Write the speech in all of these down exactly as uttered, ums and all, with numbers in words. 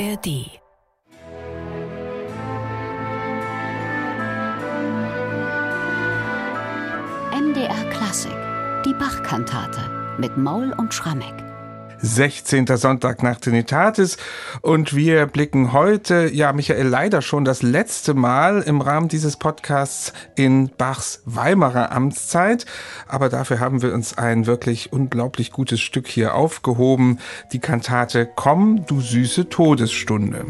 R D. M D R Klassik, die Bach-Kantate mit Maul und Schrammeck. sechzehnter Sonntag nach Trinitatis und wir blicken heute, ja Michael, leider schon das letzte Mal im Rahmen dieses Podcasts in Bachs Weimarer Amtszeit, aber dafür haben wir uns ein wirklich unglaublich gutes Stück hier aufgehoben, die Kantate Komm, du süße Todesstunde.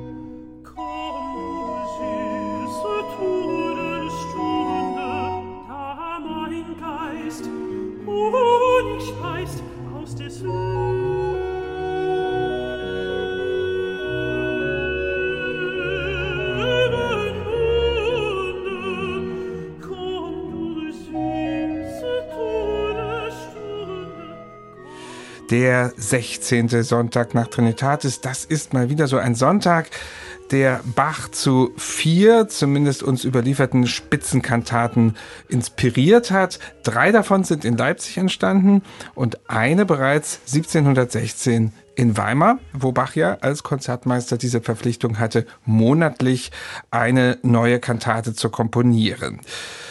Der sechzehnte Sonntag nach Trinitatis, das ist mal wieder so ein Sonntag, der Bach zu vier, zumindest uns überlieferten Spitzenkantaten inspiriert hat. Drei davon sind in Leipzig entstanden und eine bereits siebzehnhundertsechzehn in Weimar, wo Bach ja als Konzertmeister diese Verpflichtung hatte, monatlich eine neue Kantate zu komponieren.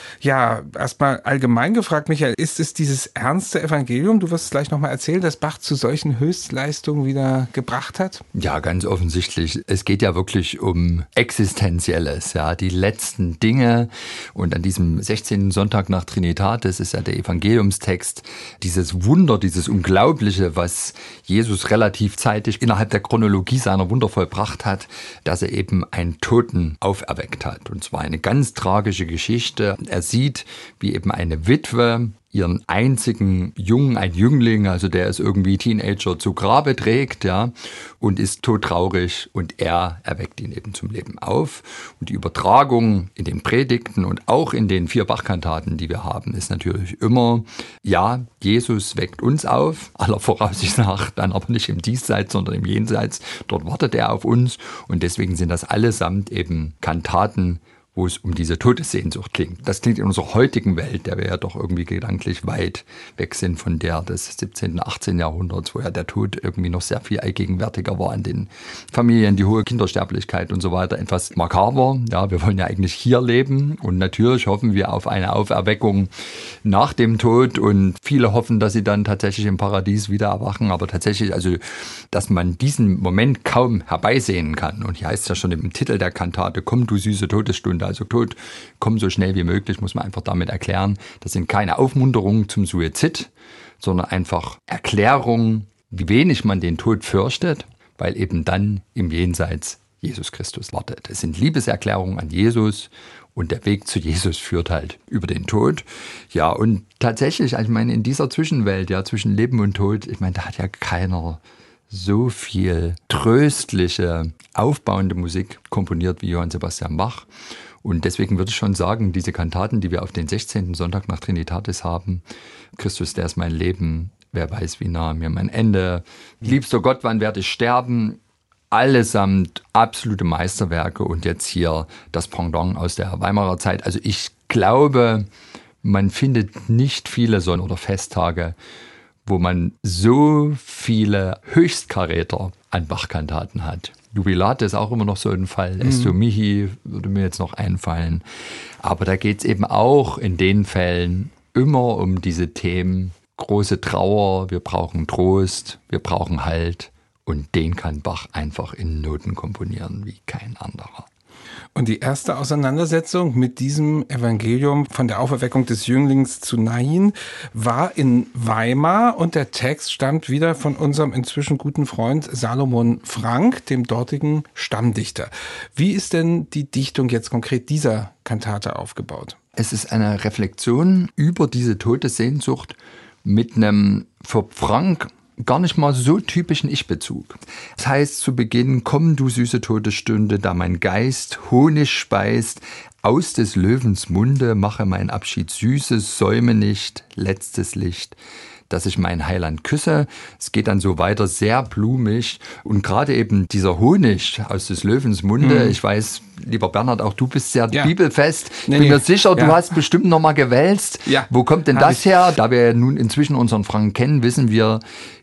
Ja, erstmal allgemein gefragt, Michael, ist es dieses ernste Evangelium, du wirst es gleich nochmal erzählen, das Bach zu solchen Höchstleistungen wieder gebracht hat? Ja, ganz offensichtlich. Es geht ja wirklich um Existenzielles, ja, die letzten Dinge. Und an diesem sechzehnten Sonntag nach Trinitatis ist ja der Evangeliumstext, dieses Wunder, dieses Unglaubliche, was Jesus relativ zeitig innerhalb der Chronologie seiner Wunder vollbracht hat, dass er eben einen Toten auferweckt hat. Und zwar eine ganz tragische Geschichte. Er sieht, wie eben eine Witwe ihren einzigen Jungen, ein Jüngling, also der ist irgendwie Teenager, zu Grabe trägt, ja, und ist todtraurig und er erweckt ihn eben zum Leben auf. Und die Übertragung in den Predigten und auch in den vier Bachkantaten, die wir haben, ist natürlich immer, ja, Jesus weckt uns auf, aller Voraussicht nach, dann aber nicht im Diesseits, sondern im Jenseits. Dort wartet er auf uns und deswegen sind das allesamt eben Kantaten, wo es um diese Todessehnsucht klingt. Das klingt in unserer heutigen Welt, der wir ja doch irgendwie gedanklich weit weg sind von der des siebzehnten, achtzehnten Jahrhunderts, wo ja der Tod irgendwie noch sehr viel allgegenwärtiger war in den Familien, die hohe Kindersterblichkeit und so weiter, etwas makaber. Ja, wir wollen ja eigentlich hier leben und natürlich hoffen wir auf eine Auferweckung nach dem Tod und viele hoffen, dass sie dann tatsächlich im Paradies wieder erwachen, aber tatsächlich, also, dass man diesen Moment kaum herbeisehen kann. Und hier heißt es ja schon im Titel der Kantate, komm du süße Todesstunde, also Tod, komm so schnell wie möglich, muss man einfach damit erklären. Das sind keine Aufmunterungen zum Suizid, sondern einfach Erklärungen, wie wenig man den Tod fürchtet, weil eben dann im Jenseits Jesus Christus wartet. Es sind Liebeserklärungen an Jesus und der Weg zu Jesus führt halt über den Tod. Ja, und tatsächlich, ich meine, in dieser Zwischenwelt, ja, zwischen Leben und Tod, ich meine, da hat ja keiner so viel tröstliche, aufbauende Musik komponiert wie Johann Sebastian Bach. Und deswegen würde ich schon sagen, diese Kantaten, die wir auf den sechzehnten Sonntag nach Trinitatis haben, Christus, der ist mein Leben, wer weiß, wie nah mir mein Ende, liebster Gott, wann werde ich sterben, allesamt absolute Meisterwerke und jetzt hier das Pendant aus der Weimarer Zeit. Also ich glaube, man findet nicht viele Sonn- oder Festtage, wo man so viele Höchstkaräter an Bachkantaten hat. Jubilate ist auch immer noch so ein Fall. Mhm. Esto Mihi würde mir jetzt noch einfallen. Aber da geht es eben auch in den Fällen immer um diese Themen. Große Trauer, wir brauchen Trost, wir brauchen Halt. Und den kann Bach einfach in Noten komponieren wie kein anderer. Und die erste Auseinandersetzung mit diesem Evangelium von der Auferweckung des Jünglings zu Nain war in Weimar und der Text stammt wieder von unserem inzwischen guten Freund Salomon Frank, dem dortigen Stammdichter. Wie ist denn die Dichtung jetzt konkret dieser Kantate aufgebaut? Es ist eine Reflexion über diese Todessehnsucht mit einem für Frank gar nicht mal so typischen Ich-Bezug. Das heißt zu Beginn, komm du süße Todesstunde, da mein Geist Honig speist, aus des Löwens Munde mache mein Abschied süßes, säume nicht, letztes Licht, dass ich mein Heiland küsse. Es geht dann so weiter, sehr blumig. Und gerade eben dieser Honig aus des Löwens Munde, mhm. ich weiß, lieber Bernhard, auch du bist sehr ja. bibelfest. Ich nee, bin nee. mir sicher, ja. du hast bestimmt noch mal gewälzt. Ja. Wo kommt denn Hab das ich. her? Da wir nun inzwischen unseren Frank kennen, wissen wir,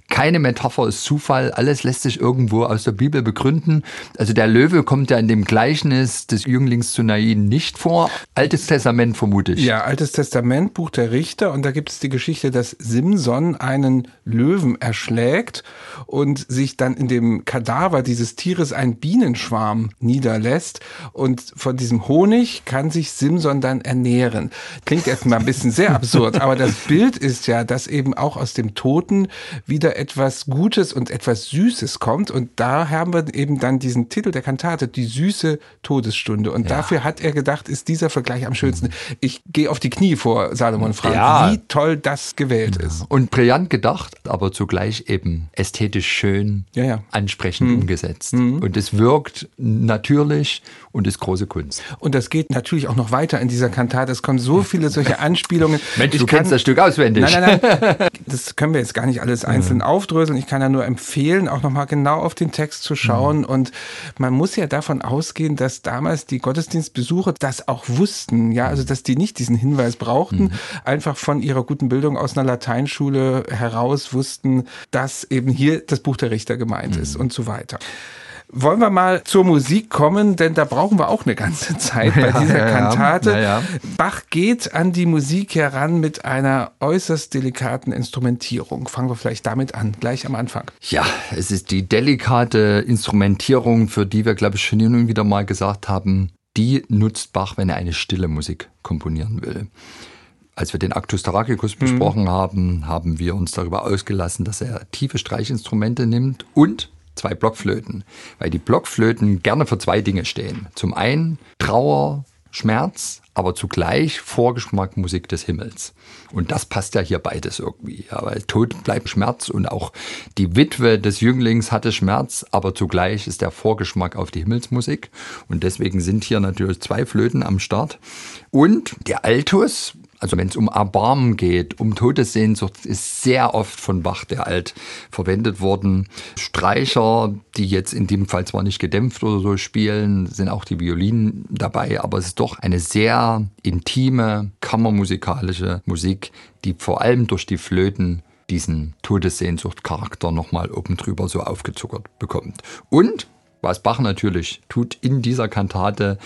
Keine Metapher ist Zufall, alles lässt sich irgendwo aus der Bibel begründen. Also der Löwe kommt ja in dem Gleichnis des Jünglings zu Nain nicht vor. Altes Testament vermute ich. Ja, Altes Testament, Buch der Richter, und da gibt es die Geschichte, dass Simson einen Löwen erschlägt und sich dann in dem Kadaver dieses Tieres ein Bienenschwarm niederlässt, und von diesem Honig kann sich Simson dann ernähren. Klingt jetzt mal ein bisschen sehr absurd, aber das Bild ist ja, dass eben auch aus dem Toten wieder etwas Gutes und etwas Süßes kommt, und da haben wir eben dann diesen Titel der Kantate, die süße Todesstunde, und ja. dafür hat er gedacht, ist dieser Vergleich am schönsten. Ich gehe auf die Knie vor Salomon Frank, ja. wie toll das gewählt ja. ist. Und brillant gedacht, aber zugleich eben ästhetisch schön, ja, ja. ansprechend mhm. umgesetzt. Mhm. Und es wirkt natürlich und ist große Kunst. Und das geht natürlich auch noch weiter in dieser Kantate. Es kommen so viele solche Anspielungen. Mensch, ich du kann, kennst das Stück auswendig. Nein, nein, nein. Das können wir jetzt gar nicht alles einzeln ja. aufdröseln. Ich kann ja nur empfehlen, auch nochmal genau auf den Text zu schauen. Mhm. Und man muss ja davon ausgehen, dass damals die Gottesdienstbesucher das auch wussten. Ja, also dass die nicht diesen Hinweis brauchten, mhm. einfach von ihrer guten Bildung aus einer Lateinschule heraus wussten, dass eben hier das Buch der Richter gemeint mhm. ist und so weiter. Wollen wir mal zur Musik kommen, denn da brauchen wir auch eine ganze Zeit bei ja, dieser ja, Kantate. Ja, ja. Bach geht an die Musik heran mit einer äußerst delikaten Instrumentierung. Fangen wir vielleicht damit an, gleich am Anfang. Ja, es ist die delikate Instrumentierung, für die wir, glaube ich, schon hin und wieder mal gesagt haben, die nutzt Bach, wenn er eine stille Musik komponieren will. Als wir den Actus Tragicus mhm. besprochen haben, haben wir uns darüber ausgelassen, dass er tiefe Streichinstrumente nimmt und zwei Blockflöten, weil die Blockflöten gerne für zwei Dinge stehen. Zum einen Trauer, Schmerz, aber zugleich Vorgeschmack Musik des Himmels. Und das passt ja hier beides irgendwie. Ja, weil Tod bleibt Schmerz, und auch die Witwe des Jünglings hatte Schmerz, aber zugleich ist der Vorgeschmack auf die Himmelsmusik. Und deswegen sind hier natürlich zwei Flöten am Start. Und der Altus, also wenn es um Erbarmen geht, um Todessehnsucht, ist sehr oft von Bach der Alt verwendet worden. Streicher, die jetzt in dem Fall zwar nicht gedämpft oder so spielen, sind auch die Violinen dabei, aber es ist doch eine sehr intime, kammermusikalische Musik, die vor allem durch die Flöten diesen Todessehnsucht-Charakter nochmal oben drüber so aufgezuckert bekommt. Und, was Bach natürlich tut in dieser Kantate,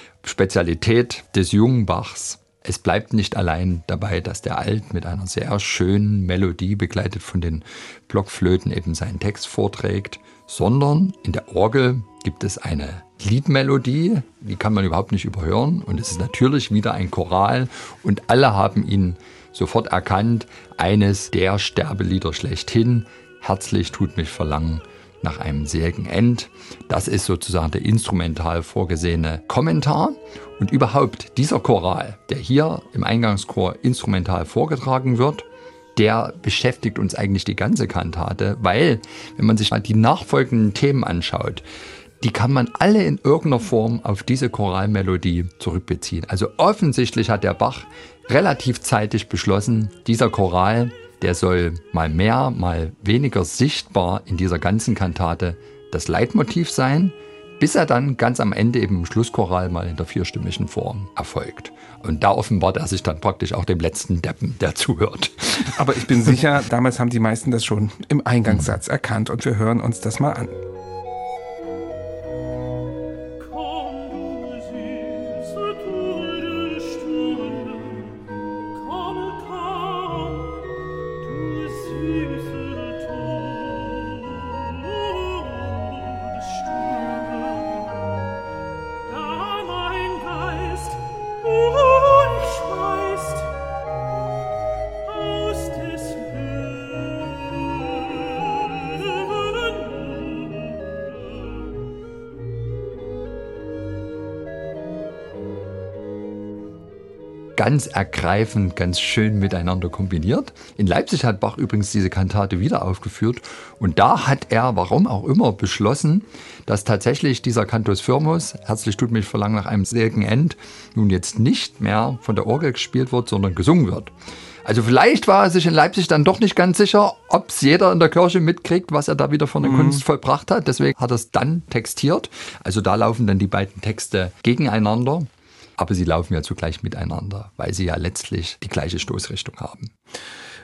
Spezialität des jungen Bachs, es bleibt nicht allein dabei, dass der Alt mit einer sehr schönen Melodie, begleitet von den Blockflöten, eben seinen Text vorträgt, sondern in der Orgel gibt es eine Liedmelodie, die kann man überhaupt nicht überhören, und es ist natürlich wieder ein Choral, und alle haben ihn sofort erkannt, eines der Sterbelieder schlechthin, herzlich tut mich verlangen nach einem seligen End. Das ist sozusagen der instrumental vorgesehene Kommentar. Und überhaupt dieser Choral, der hier im Eingangschor instrumental vorgetragen wird, der beschäftigt uns eigentlich die ganze Kantate, weil, wenn man sich mal die nachfolgenden Themen anschaut, die kann man alle in irgendeiner Form auf diese Choralmelodie zurückbeziehen. Also offensichtlich hat der Bach relativ zeitig beschlossen, dieser Choral, der soll mal mehr, mal weniger sichtbar in dieser ganzen Kantate das Leitmotiv sein, bis er dann ganz am Ende eben im Schlusschoral mal in der vierstimmigen Form erfolgt. Und da offenbart er sich dann praktisch auch dem letzten Deppen, der zuhört. Aber ich bin sicher, damals haben die meisten das schon im Eingangssatz erkannt, und wir hören uns das mal an. Ganz ergreifend, ganz schön miteinander kombiniert. In Leipzig hat Bach übrigens diese Kantate wieder aufgeführt, und da hat er, warum auch immer, beschlossen, dass tatsächlich dieser Cantus Firmus, herzlich tut mich verlangen nach einem seligen End, nun jetzt nicht mehr von der Orgel gespielt wird, sondern gesungen wird. Also vielleicht war er sich in Leipzig dann doch nicht ganz sicher, ob es jeder in der Kirche mitkriegt, was er da wieder für eine mhm. Kunst vollbracht hat. Deswegen hat er es dann textiert. Also da laufen dann die beiden Texte gegeneinander. Aber sie laufen ja zugleich miteinander, weil sie ja letztlich die gleiche Stoßrichtung haben.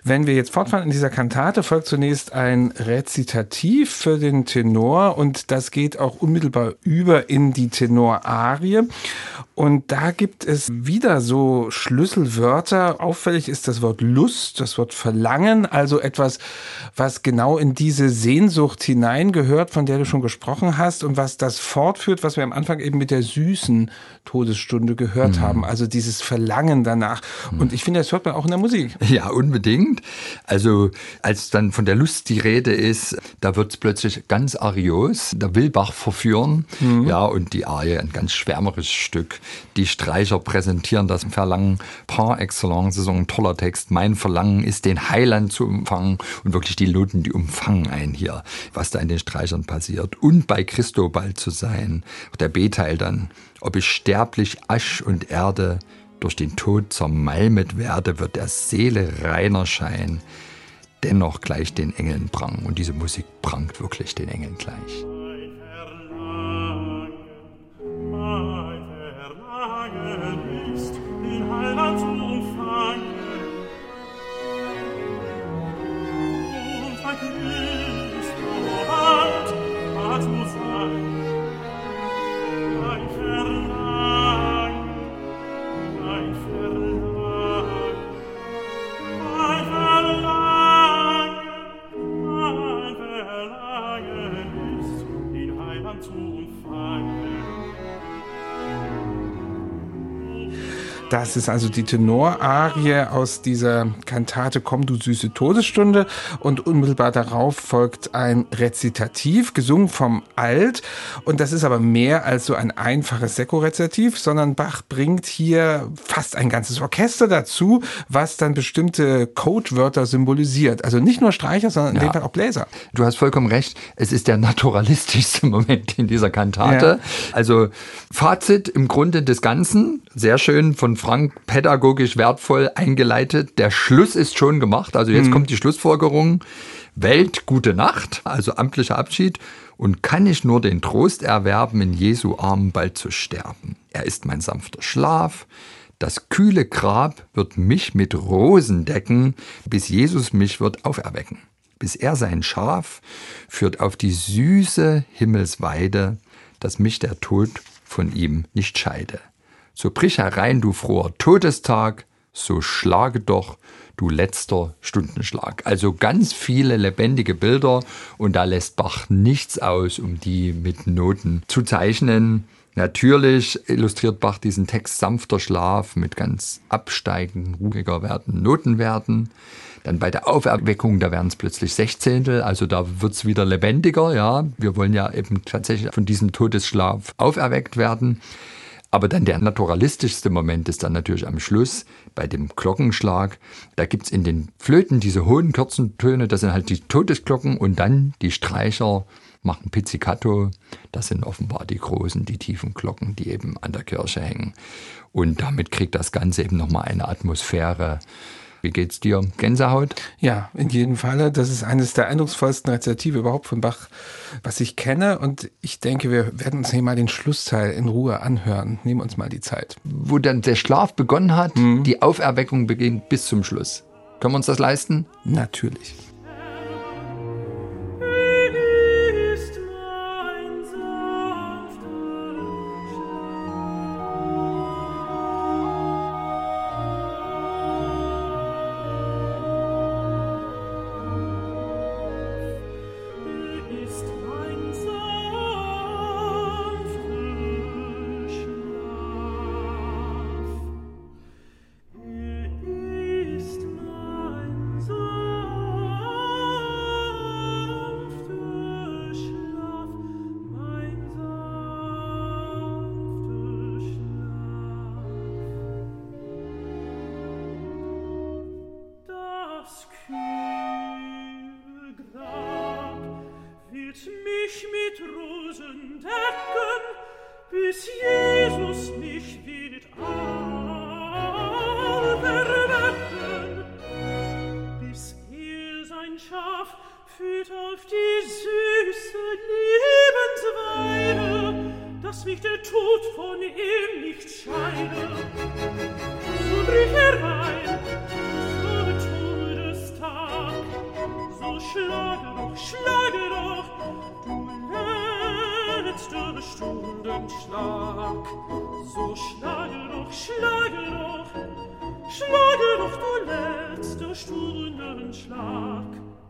Wenn wir jetzt fortfahren in dieser Kantate, folgt zunächst ein Rezitativ für den Tenor und das geht auch unmittelbar über in die Tenorarie. Und da gibt es wieder so Schlüsselwörter. Auffällig ist das Wort Lust, das Wort Verlangen, also etwas, was genau in diese Sehnsucht hineingehört, von der du schon gesprochen hast und was das fortführt, was wir am Anfang eben mit der süßen Todesstunde gehört mhm. haben. Also dieses Verlangen danach. Mhm. Und ich finde, das hört man auch in der Musik. Ja, unbedingt. Also als dann von der Lust die Rede ist, da wird es plötzlich ganz arios. Da will Bach verführen. Mhm. Ja, und die Arie, ein ganz schwärmerisches Stück. Die Streicher präsentieren das Verlangen par excellence. Das ist ein toller Text. Mein Verlangen ist, den Heiland zu umfangen. Und wirklich die Noten, die umfangen einen hier, was da in den Streichern passiert. Und bei Christo bald zu sein. Der B-Teil dann. Ob ich sterblich Asch und Erde durch den Tod zermalmet werde, wird der Seele reiner Schein. Dennoch gleich den Engeln prang. Und diese Musik prangt wirklich den Engeln gleich. Das ist also die Tenorarie aus dieser Kantate Komm, du süße Todesstunde. Und unmittelbar darauf folgt ein Rezitativ, gesungen vom Alt. Und das ist aber mehr als so ein einfaches Sekko-Rezitativ, sondern Bach bringt hier fast ein ganzes Orchester dazu, was dann bestimmte Codewörter symbolisiert. Also nicht nur Streicher, sondern in ja. dem Fall auch Bläser. Du hast vollkommen recht. Es ist der naturalistischste Moment in dieser Kantate. Ja. Also Fazit im Grunde des Ganzen, sehr schön von Frank, pädagogisch wertvoll eingeleitet. Der Schluss ist schon gemacht. Also jetzt mhm. kommt die Schlussfolgerung. Welt, gute Nacht, also amtlicher Abschied. Und kann ich nur den Trost erwerben, in Jesu Armen bald zu sterben. Er ist mein sanfter Schlaf. Das kühle Grab wird mich mit Rosen decken, bis Jesus mich wird auferwecken. Bis er sein Schaf führt auf die süße Himmelsweide, dass mich der Tod von ihm nicht scheide. So brich herein, du froher Todestag, so schlage doch, du letzter Stundenschlag. Also ganz viele lebendige Bilder und da lässt Bach nichts aus, um die mit Noten zu zeichnen. Natürlich illustriert Bach diesen Text sanfter Schlaf mit ganz absteigenden, ruhiger Werten, Notenwerten. Dann bei der Auferweckung, da werden es plötzlich Sechzehntel, also da wird es wieder lebendiger. Ja, wir wollen ja eben tatsächlich von diesem Todesschlaf auferweckt werden. Aber dann der naturalistischste Moment ist dann natürlich am Schluss bei dem Glockenschlag. Da gibt es in den Flöten diese hohen Kürzentöne, das sind halt die Todesglocken und dann die Streicher machen Pizzicato. Das sind offenbar die großen, die tiefen Glocken, die eben an der Kirche hängen. Und damit kriegt das Ganze eben nochmal eine Atmosphäre. Wie geht's dir? Gänsehaut? Ja, in jedem Falle. Das ist eines der eindrucksvollsten Rezitative überhaupt von Bach, was ich kenne. Und ich denke, wir werden uns hier mal den Schlussteil in Ruhe anhören. Nehmen uns mal die Zeit. Wo dann der Schlaf begonnen hat, mhm. die Auferweckung beginnt bis zum Schluss. Können wir uns das leisten? Natürlich. So brich herein, so Todestag. Schlag. So schlage doch, schlage doch, schlage doch, du letzter Sturnenschlag.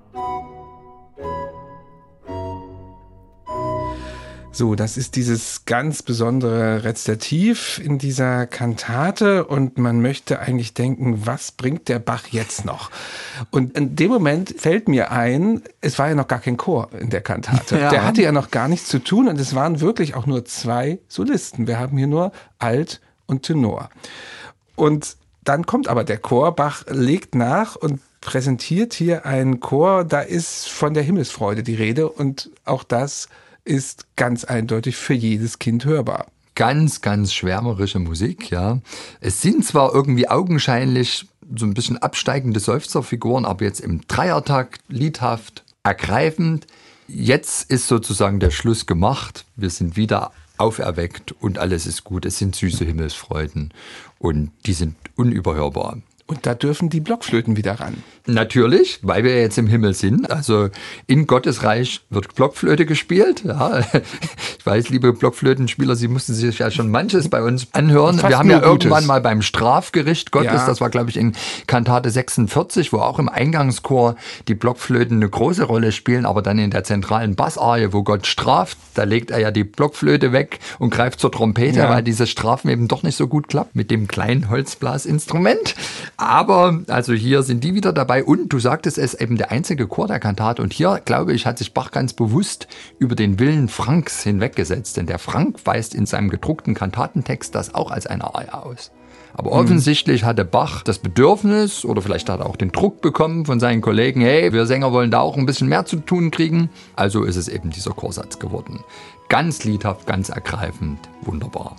So, das ist dieses ganz besondere Rezitativ in dieser Kantate und man möchte eigentlich denken, was bringt der Bach jetzt noch? Und in dem Moment fällt mir ein, es war ja noch gar kein Chor in der Kantate. Ja. Der hatte ja noch gar nichts zu tun und es waren wirklich auch nur zwei Solisten. Wir haben hier nur Alt und Tenor. Und dann kommt aber der Chor, Bach legt nach und präsentiert hier einen Chor, da ist von der Himmelsfreude die Rede und auch das ist ganz eindeutig für jedes Kind hörbar. Ganz, ganz schwärmerische Musik, ja. Es sind zwar irgendwie augenscheinlich so ein bisschen absteigende Seufzerfiguren, aber jetzt im Dreiertakt, liedhaft, ergreifend. Jetzt ist sozusagen der Schluss gemacht. Wir sind wieder auferweckt und alles ist gut. Es sind süße Himmelsfreuden und die sind unüberhörbar. Und da dürfen die Blockflöten wieder ran. Natürlich, weil wir jetzt im Himmel sind. Also in Gottes Reich wird Blockflöte gespielt. Ja, ich weiß, liebe Blockflötenspieler, Sie mussten sich ja schon manches bei uns anhören. Fast wir haben ja Gutes. Irgendwann mal beim Strafgericht Gottes, ja. Das war glaube ich in Kantate sechsundvierzig, wo auch im Eingangschor die Blockflöten eine große Rolle spielen, aber dann in der zentralen Bassarie, wo Gott straft, da legt er ja die Blockflöte weg und greift zur Trompete, ja. Weil diese Strafen eben doch nicht so gut klappt mit dem kleinen Holzblasinstrument. Aber also hier sind die wieder dabei und du sagtest es, eben der einzige Chor der Kantate. Und hier, glaube ich, hat sich Bach ganz bewusst über den Willen Franks hinweggesetzt. Denn der Frank weist in seinem gedruckten Kantatentext das auch als eine Arie aus. Aber offensichtlich hatte Bach das Bedürfnis oder vielleicht hat er auch den Druck bekommen von seinen Kollegen, hey, wir Sänger wollen da auch ein bisschen mehr zu tun kriegen. Also ist es eben dieser Chorsatz geworden. Ganz liedhaft, ganz ergreifend, wunderbar.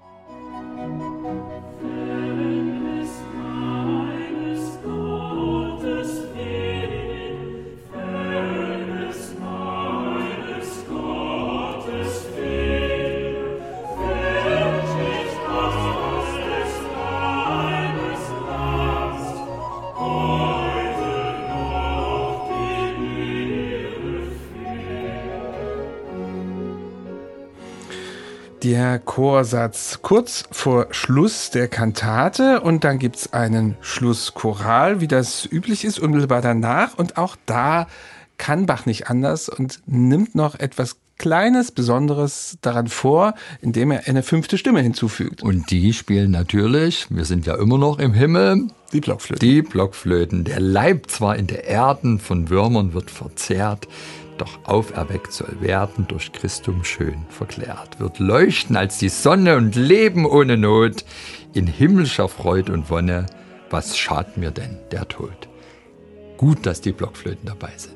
Der Chorsatz kurz vor Schluss der Kantate und dann gibt's einen Schlusschoral, wie das üblich ist, unmittelbar danach. Und auch da kann Bach nicht anders und nimmt noch etwas Kleines, Besonderes daran vor, indem er eine fünfte Stimme hinzufügt. Und die spielen natürlich, wir sind ja immer noch im Himmel, die Blockflöten. Die Blockflöten. Der Leib zwar in der Erden von Würmern wird verzehrt, doch auferweckt soll werden, durch Christum schön verklärt. Wird leuchten als die Sonne und leben ohne Not, in himmlischer Freud und Wonne, was schadet mir denn der Tod? Gut, dass die Blockflöten dabei sind.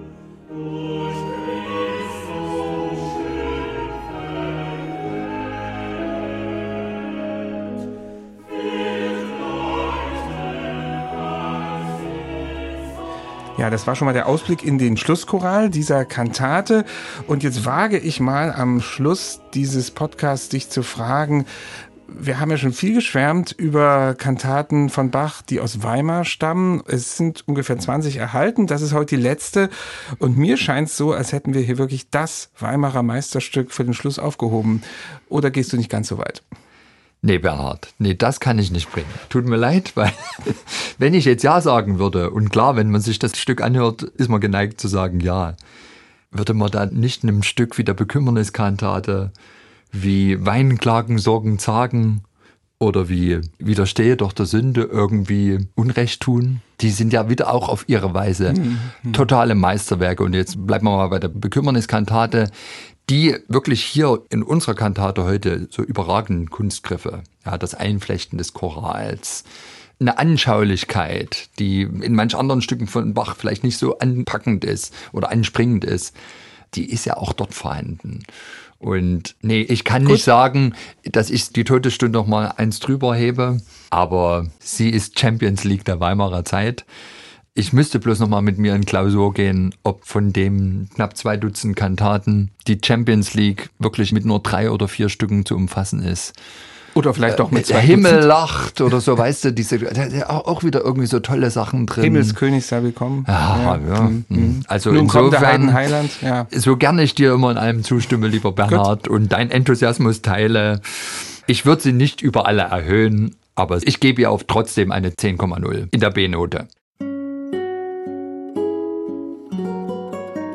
Ja, das war schon mal der Ausblick in den Schlusschoral dieser Kantate. Und jetzt wage ich mal am Schluss dieses Podcasts dich zu fragen, wir haben ja schon viel geschwärmt über Kantaten von Bach, die aus Weimar stammen. Es sind ungefähr zwanzig erhalten. Das ist heute die letzte. Und mir scheint es so, als hätten wir hier wirklich das Weimarer Meisterstück für den Schluss aufgehoben. Oder gehst du nicht ganz so weit? Nee, Bernhard, nee, das kann ich nicht bringen. Tut mir leid, weil wenn ich jetzt Ja sagen würde, und klar, wenn man sich das Stück anhört, ist man geneigt zu sagen Ja, würde man da nicht einem Stück wie der Bekümmerniskantate, wie Weinen, Klagen, Sorgen, Zagen oder wie Widerstehe doch der Sünde irgendwie Unrecht tun? Die sind ja wieder auch auf ihre Weise mhm. totale Meisterwerke. Und jetzt bleiben wir mal bei der Bekümmerniskantate, die wirklich hier in unserer Kantate heute so überragenden Kunstgriffe, ja, das Einflechten des Chorals, eine Anschaulichkeit, die in manch anderen Stücken von Bach vielleicht nicht so anpackend ist oder anspringend ist, die ist ja auch dort vorhanden. Und nee, ich kann Gut. nicht sagen, dass ich die Todesstunde noch mal eins drüber hebe, aber sie ist Champions League der Weimarer Zeit. Ich müsste bloß noch mal mit mir in Klausur gehen, ob von dem knapp zwei Dutzend Kantaten die Champions League wirklich mit nur drei oder vier Stücken zu umfassen ist. Oder vielleicht auch mit zwei Himmel Dutzend. lacht oder so, weißt du, diese, auch wieder irgendwie so tolle Sachen drin. Himmelskönig sei willkommen. Ja, ja. ja. Mhm. Also Nun kommt der insofern, Heidenheiland. Ja. so gerne ich dir immer in allem zustimme, lieber Bernhard, Gut. und dein Enthusiasmus teile. Ich würde sie nicht über alle erhöhen, aber ich gebe ihr auch trotzdem eine zehn Komma null in der B-Note.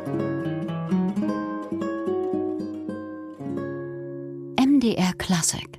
M D R Klassik